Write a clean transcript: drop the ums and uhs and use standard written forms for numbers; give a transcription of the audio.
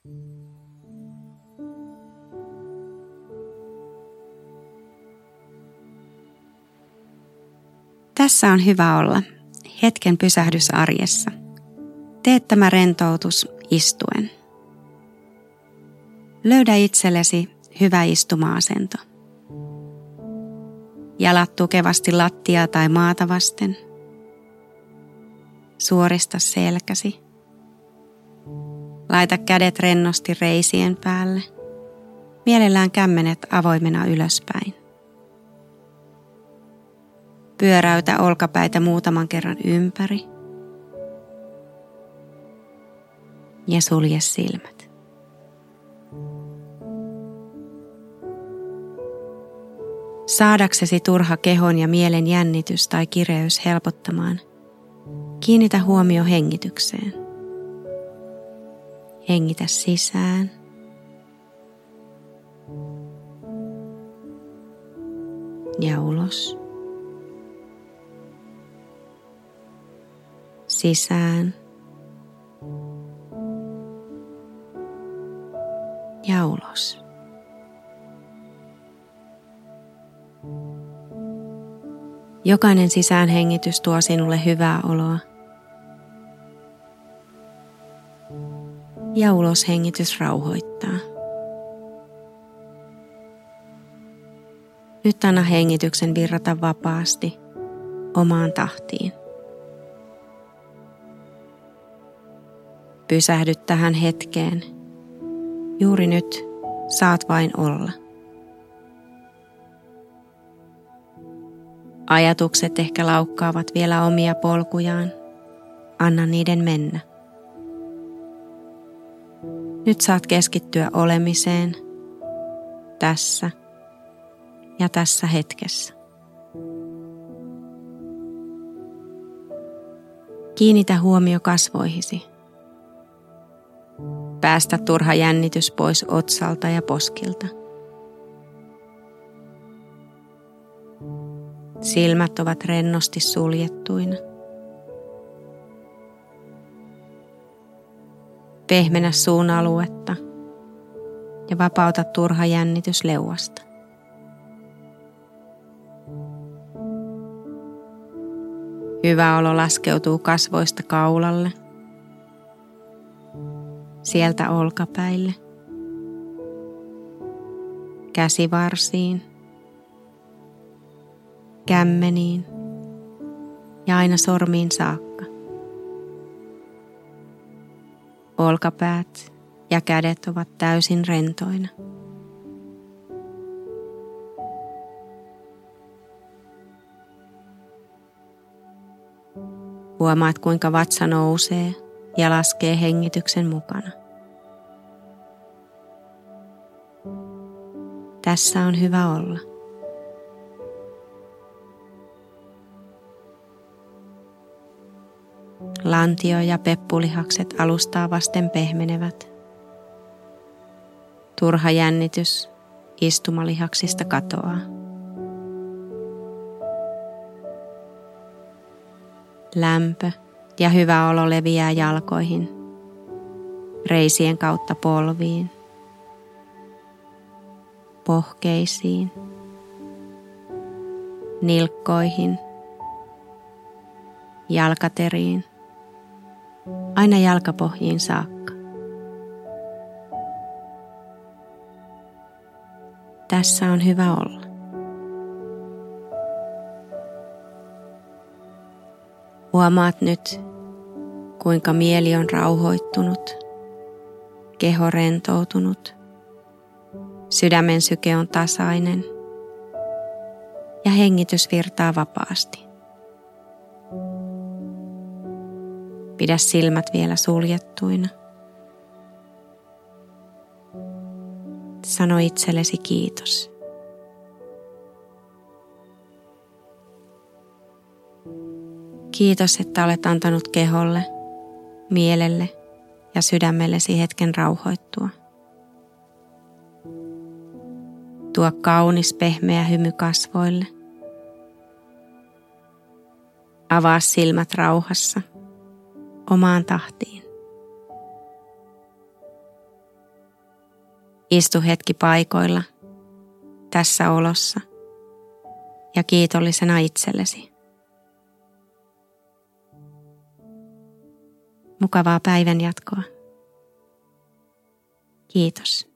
Tässä on hyvä olla. Hetken pysähdys arjessa. Tee tämä rentoutus istuen. Löydä itsellesi hyvä istuma-asento. Jalat tukevasti lattiaa tai maata vasten. Suorista selkäsi. Laita kädet rennosti reisien päälle. Mielellään kämmenet avoimena ylöspäin. Pyöräytä olkapäitä muutaman kerran ympäri. Ja sulje silmät. Saadaksesi turha kehon ja mielen jännitys tai kireys helpottamaan, kiinnitä huomio hengitykseen. Hengitä sisään. Ja ulos. Sisään. Ja ulos. Jokainen sisäänhengitys tuo sinulle hyvää oloa. Ja uloshengitys rauhoittaa. Nyt anna hengityksen virrata vapaasti omaan tahtiin. Pysähdy tähän hetkeen. Juuri nyt saat vain olla. Ajatukset ehkä laukkaavat vielä omia polkujaan. Anna niiden mennä. Nyt saat keskittyä olemiseen, tässä ja tässä hetkessä. Kiinnitä huomio kasvoihisi. Päästä turha jännitys pois otsalta ja poskilta. Silmät ovat rennosti suljettuina. Pehmennä suun aluetta ja vapauta turha jännitys leuasta. Hyvä olo laskeutuu kasvoista kaulalle, sieltä olkapäille, käsivarsiin, kämmeniin ja aina sormiin saakka. Olkapäät ja kädet ovat täysin rentoina. Huomaat, kuinka vatsa nousee ja laskee hengityksen mukana. Tässä on hyvä olla. Lantio ja peppulihakset alustaa vasten pehmenevät. Turha jännitys istumalihaksista katoaa. Lämpö ja hyvä olo leviää jalkoihin, reisien kautta polviin, pohkeisiin, nilkkoihin, jalkateriin, aina jalkapohjiin saakka. Tässä on hyvä olla. Huomaat nyt, kuinka mieli on rauhoittunut, keho rentoutunut, sydämen syke on tasainen ja hengitys virtaa vapaasti. Pidä silmät vielä suljettuina. Sano itsellesi kiitos. Kiitos, että olet antanut keholle, mielelle ja sydämellesi hetken rauhoittua. Tuo kaunis pehmeä hymy kasvoille. Avaa silmät rauhassa omaan tahtiin. Istu hetki paikoilla, tässä olossa ja kiitollisena itsellesi. Mukavaa päivän jatkoa. Kiitos.